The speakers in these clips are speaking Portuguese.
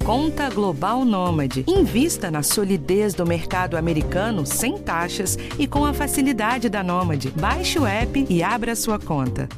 Conta Global Nômade. Invista na solidez do mercado americano sem taxas e com a facilidade da Nômade. Baixe o app e abra sua conta.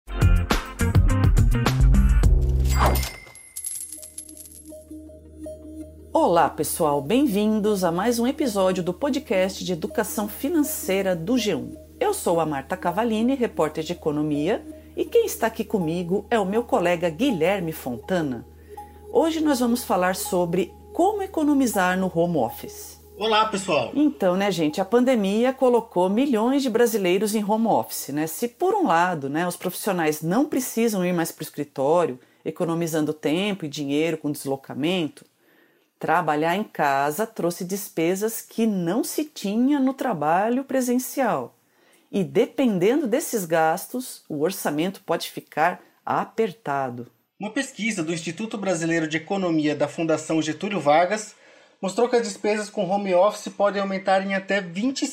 Olá, pessoal. Bem-vindos a mais um episódio do podcast de educação financeira do G1. Eu sou a Marta Cavallini, repórter de economia, e quem está aqui comigo é o meu colega Guilherme Fontana. Hoje nós vamos falar sobre como economizar no home office. Olá, pessoal! Então, gente, a pandemia colocou milhões de brasileiros em home office, Se por um lado, os profissionais não precisam ir mais para o escritório, economizando tempo e dinheiro com deslocamento, trabalhar em casa trouxe despesas que não se tinha no trabalho presencial. E dependendo desses gastos, o orçamento pode ficar apertado. Uma pesquisa do Instituto Brasileiro de Economia da Fundação Getúlio Vargas mostrou que as despesas com home office podem aumentar em até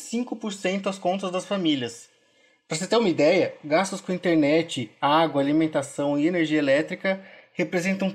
25% as contas das famílias. Para você ter uma ideia, gastos com internet, água, alimentação e energia elétrica representam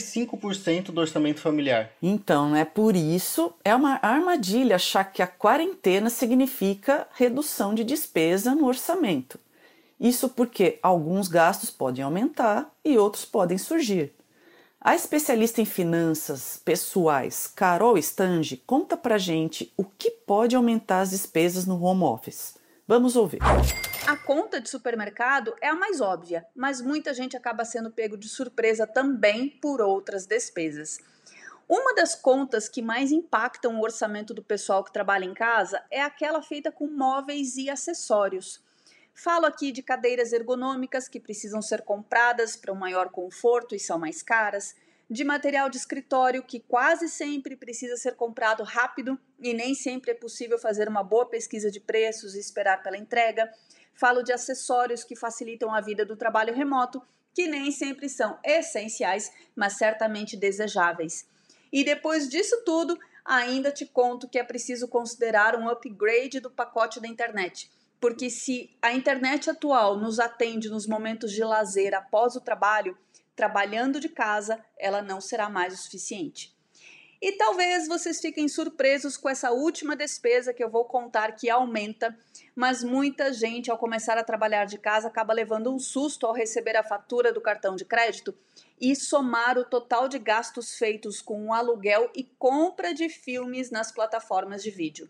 35% do orçamento familiar. Então, por isso é uma armadilha achar que a quarentena significa redução de despesa no orçamento. Isso porque alguns gastos podem aumentar e outros podem surgir. A especialista em finanças pessoais, Carol Stange, conta pra gente o que pode aumentar as despesas no home office. Vamos ouvir. A conta de supermercado é a mais óbvia, mas muita gente acaba sendo pego de surpresa também por outras despesas. Uma das contas que mais impactam o orçamento do pessoal que trabalha em casa é aquela feita com móveis e acessórios. Falo aqui de cadeiras ergonômicas que precisam ser compradas para um maior conforto e são mais caras, de material de escritório que quase sempre precisa ser comprado rápido e nem sempre é possível fazer uma boa pesquisa de preços e esperar pela entrega. Falo de acessórios que facilitam a vida do trabalho remoto, que nem sempre são essenciais, mas certamente desejáveis. E depois disso tudo, ainda te conto que é preciso considerar um upgrade do pacote da internet. Porque se a internet atual nos atende nos momentos de lazer após o trabalho, trabalhando de casa, ela não será mais o suficiente. E talvez vocês fiquem surpresos com essa última despesa que eu vou contar que aumenta, mas muita gente ao começar a trabalhar de casa acaba levando um susto ao receber a fatura do cartão de crédito e somar o total de gastos feitos com o aluguel e compra de filmes nas plataformas de vídeo.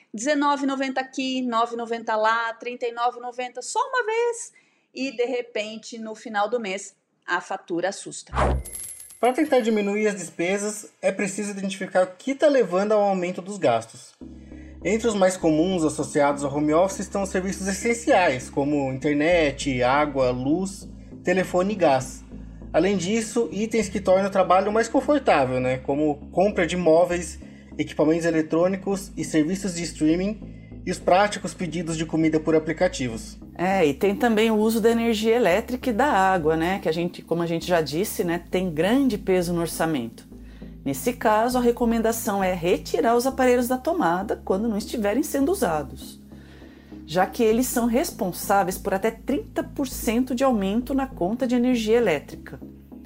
R$19,90 aqui, R$9,90 lá, R$39,90 só uma vez e, de repente, no final do mês, a fatura assusta. Para tentar diminuir as despesas, é preciso identificar o que está levando ao aumento dos gastos. Entre os mais comuns associados ao home office estão os serviços essenciais, como internet, água, luz, telefone e gás. Além disso, itens que tornam o trabalho mais confortável, como compra de móveis, equipamentos eletrônicos e serviços de streaming e os práticos pedidos de comida por aplicativos. E tem também o uso da energia elétrica e da água, que como a gente já disse, tem grande peso no orçamento. Nesse caso, a recomendação é retirar os aparelhos da tomada quando não estiverem sendo usados, já que eles são responsáveis por até 30% de aumento na conta de energia elétrica.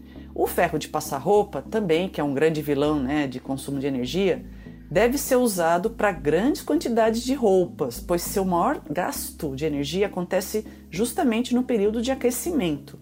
O ferro de passar roupa, também, que é um grande vilão de consumo de energia, deve ser usado para grandes quantidades de roupas, pois seu maior gasto de energia acontece justamente no período de aquecimento.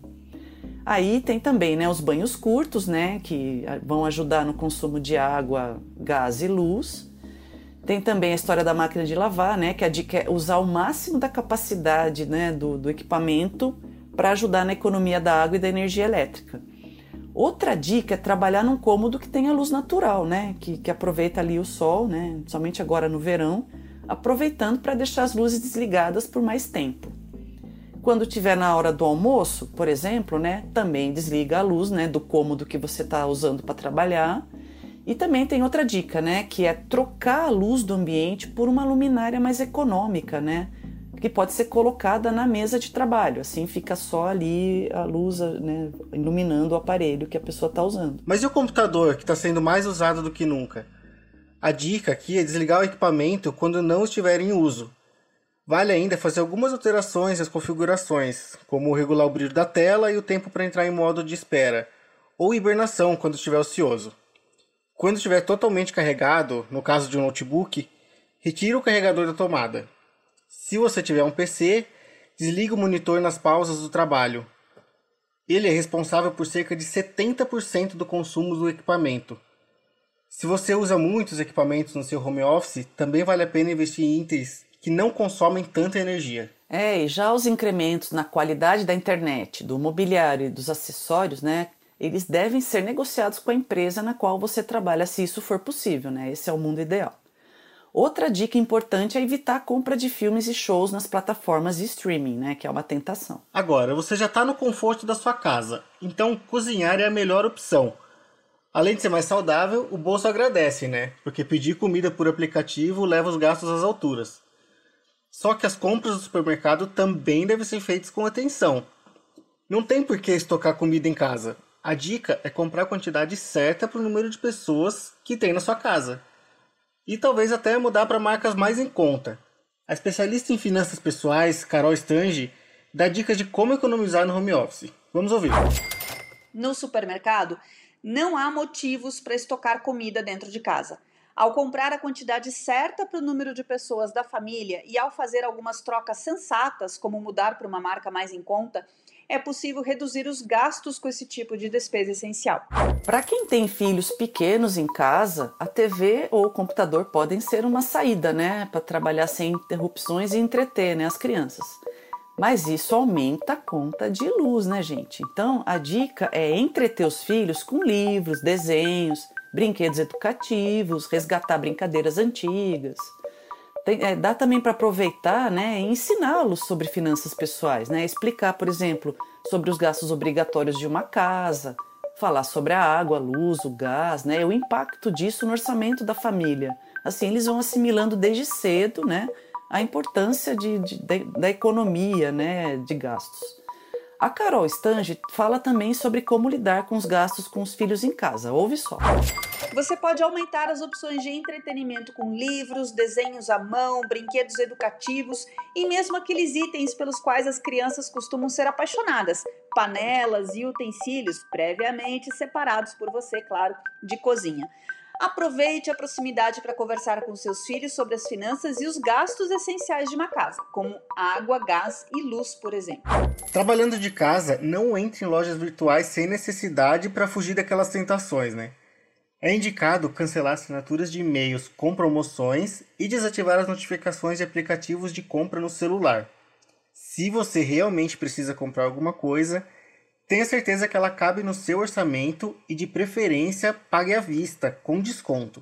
Aí tem também os banhos curtos, que vão ajudar no consumo de água, gás e luz. Tem também a história da máquina de lavar, que a dica é usar o máximo da capacidade do equipamento para ajudar na economia da água e da energia elétrica. Outra dica é trabalhar num cômodo que tenha luz natural, que aproveita ali o sol, somente agora no verão, aproveitando para deixar as luzes desligadas por mais tempo. Quando estiver na hora do almoço, por exemplo, também desliga a luz do cômodo que você está usando para trabalhar. E também tem outra dica, que é trocar a luz do ambiente por uma luminária mais econômica, que pode ser colocada na mesa de trabalho, assim fica só ali a luz iluminando o aparelho que a pessoa está usando. Mas e o computador, que está sendo mais usado do que nunca? A dica aqui é desligar o equipamento quando não estiver em uso. Vale ainda fazer algumas alterações às configurações, como regular o brilho da tela e o tempo para entrar em modo de espera, ou hibernação quando estiver ocioso. Quando estiver totalmente carregado, no caso de um notebook, retire o carregador da tomada. Se você tiver um PC, desligue o monitor nas pausas do trabalho. Ele é responsável por cerca de 70% do consumo do equipamento. Se você usa muitos equipamentos no seu home office, também vale a pena investir em itens que não consomem tanta energia. E já os incrementos na qualidade da internet, do mobiliário e dos acessórios, né, eles devem ser negociados com a empresa na qual você trabalha, se isso for possível, né? Esse é o mundo ideal. Outra dica importante é evitar a compra de filmes e shows nas plataformas de streaming, né, que é uma tentação. Agora, você já está no conforto da sua casa, então cozinhar é a melhor opção. Além de ser mais saudável, o bolso agradece, né? Porque pedir comida por aplicativo leva os gastos às alturas. Só que as compras do supermercado também devem ser feitas com atenção. Não tem por que estocar comida em casa. A dica é comprar a quantidade certa para o número de pessoas que tem na sua casa. E talvez até mudar para marcas mais em conta. A especialista em finanças pessoais, Carol Stange, dá dicas de como economizar no home office. Vamos ouvir. No supermercado, não há motivos para estocar comida dentro de casa. Ao comprar a quantidade certa para o número de pessoas da família e ao fazer algumas trocas sensatas, como mudar para uma marca mais em conta, é possível reduzir os gastos com esse tipo de despesa essencial. Para quem tem filhos pequenos em casa, a TV ou o computador podem ser uma saída, né, para trabalhar sem interrupções e entreter, né, as crianças. Mas isso aumenta a conta de luz, né, gente? Então, a dica é entreter os filhos com livros, desenhos, brinquedos educativos, resgatar brincadeiras antigas. Dá também para aproveitar, né, e ensiná-los sobre finanças pessoais, né? Explicar, por exemplo, sobre os gastos obrigatórios de uma casa, falar sobre a água, a luz, o gás, né, o impacto disso no orçamento da família. Assim, eles vão assimilando desde cedo, né, a importância da economia, né, de gastos. A Carol Stange fala também sobre como lidar com os gastos com os filhos em casa. Ouve só. Você pode aumentar as opções de entretenimento com livros, desenhos à mão, brinquedos educativos e mesmo aqueles itens pelos quais as crianças costumam ser apaixonadas, panelas e utensílios previamente separados por você, claro, de cozinha. Aproveite a proximidade para conversar com seus filhos sobre as finanças e os gastos essenciais de uma casa, como água, gás e luz, por exemplo. Trabalhando de casa, não entre em lojas virtuais sem necessidade para fugir daquelas tentações, né? É indicado cancelar assinaturas de e-mails com promoções e desativar as notificações de aplicativos de compra no celular. Se você realmente precisa comprar alguma coisa, tenha certeza que ela cabe no seu orçamento e, de preferência, pague à vista, com desconto.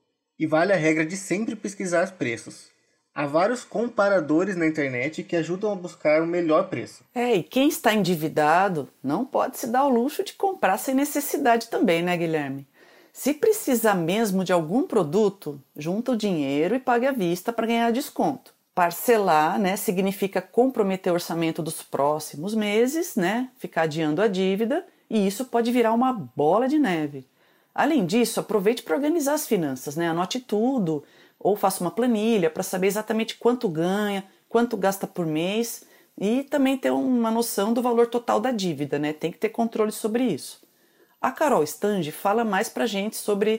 E vale a regra de sempre pesquisar os preços. Há vários comparadores na internet que ajudam a buscar o melhor preço. E quem está endividado não pode se dar ao luxo de comprar sem necessidade também, né, Guilherme? Se precisar mesmo de algum produto, junta o dinheiro e pague à vista para ganhar desconto. Parcelar, né, significa comprometer o orçamento dos próximos meses, né, ficar adiando a dívida, e isso pode virar uma bola de neve. Além disso, aproveite para organizar as finanças, né, anote tudo, ou faça uma planilha para saber exatamente quanto ganha, quanto gasta por mês, e também ter uma noção do valor total da dívida, né, tem que ter controle sobre isso. A Carol Stange fala mais para a gente sobre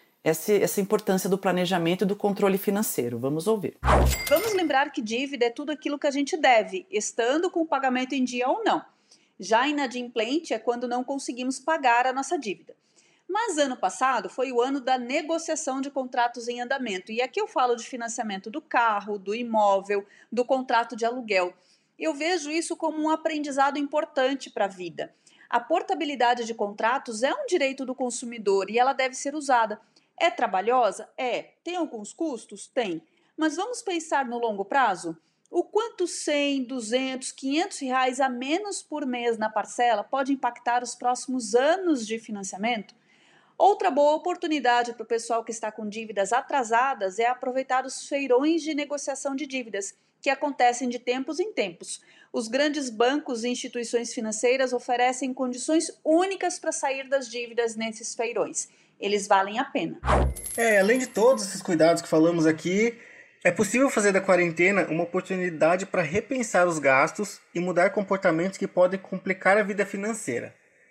essa importância do planejamento e do controle financeiro. Vamos ouvir. Vamos lembrar que dívida é tudo aquilo que a gente deve, estando com o pagamento em dia ou não. Já inadimplente é quando não conseguimos pagar a nossa dívida. Mas ano passado foi o ano da negociação de contratos em andamento. E aqui eu falo de financiamento do carro, do imóvel, do contrato de aluguel. Eu vejo isso como um aprendizado importante para a vida. A portabilidade de contratos é um direito do consumidor e ela deve ser usada. É trabalhosa? É. Tem alguns custos? Tem. Mas vamos pensar no longo prazo? O quanto 100, 200, 500 reais a menos por mês na parcela pode impactar os próximos anos de financiamento? Outra boa oportunidade para o pessoal que está com dívidas atrasadas é aproveitar os feirões de negociação de dívidas, que acontecem de tempos em tempos. Os grandes bancos e instituições financeiras oferecem condições únicas para sair das dívidas nesses feirões. Eles valem a pena. Além de todos esses cuidados que falamos aqui, é possível fazer da quarentena uma oportunidade para repensar os gastos e mudar comportamentos que podem complicar a vida financeira.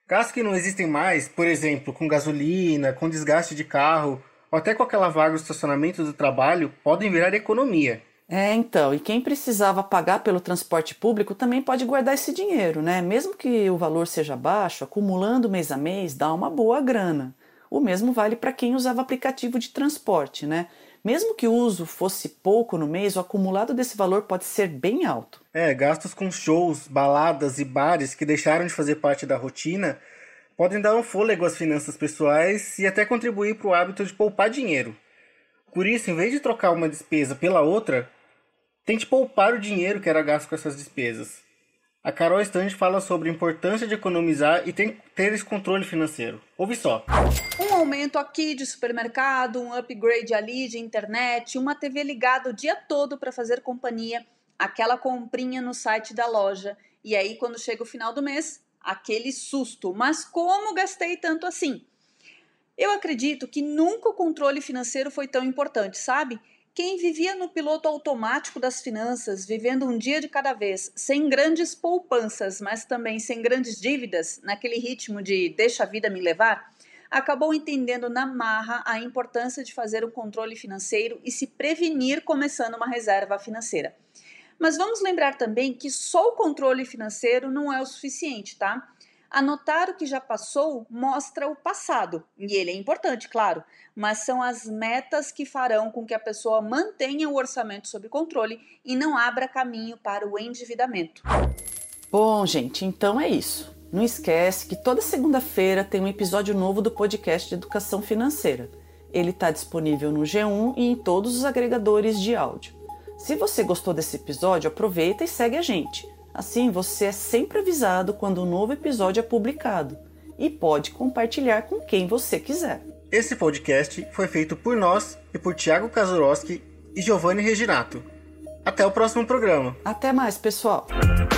Gastos que não existem mais, por exemplo, com gasolina, com desgaste de carro, ou até com aquela vaga do estacionamento do trabalho, podem virar economia. Então, e quem precisava pagar pelo transporte público também pode guardar esse dinheiro, né? Mesmo que o valor seja baixo, acumulando mês a mês dá uma boa grana. O mesmo vale para quem usava aplicativo de transporte, né? Mesmo que o uso fosse pouco no mês, o acumulado desse valor pode ser bem alto. Gastos com shows, baladas e bares que deixaram de fazer parte da rotina podem dar um fôlego às finanças pessoais e até contribuir para o hábito de poupar dinheiro. Por isso, em vez de trocar uma despesa pela outra, tente poupar o dinheiro que era gasto com essas despesas. A Carol Standi fala sobre a importância de economizar e ter esse controle financeiro. Ouve só. Um aumento aqui de supermercado, um upgrade ali de internet, uma TV ligada o dia todo para fazer companhia, aquela comprinha no site da loja. E aí, quando chega o final do mês, aquele susto. Mas como gastei tanto assim? Eu acredito que nunca o controle financeiro foi tão importante, sabe? Quem vivia no piloto automático das finanças, vivendo um dia de cada vez, sem grandes poupanças, mas também sem grandes dívidas, naquele ritmo de deixa a vida me levar, acabou entendendo na marra a importância de fazer um controle financeiro e se prevenir começando uma reserva financeira. Mas vamos lembrar também que só o controle financeiro não é o suficiente, tá? Anotar o que já passou mostra o passado, e ele é importante, claro, mas são as metas que farão com que a pessoa mantenha o orçamento sob controle e não abra caminho para o endividamento. Bom, gente, então é isso. Não esquece que toda segunda-feira tem um episódio novo do podcast de Educação Financeira. Ele está disponível no G1 e em todos os agregadores de áudio. Se você gostou desse episódio, aproveita e segue a gente. Assim, você é sempre avisado quando um novo episódio é publicado e pode compartilhar com quem você quiser. Esse podcast foi feito por nós e por Thiago Kazuroski e Giovanni Reginato. Até o próximo programa. Até mais, pessoal!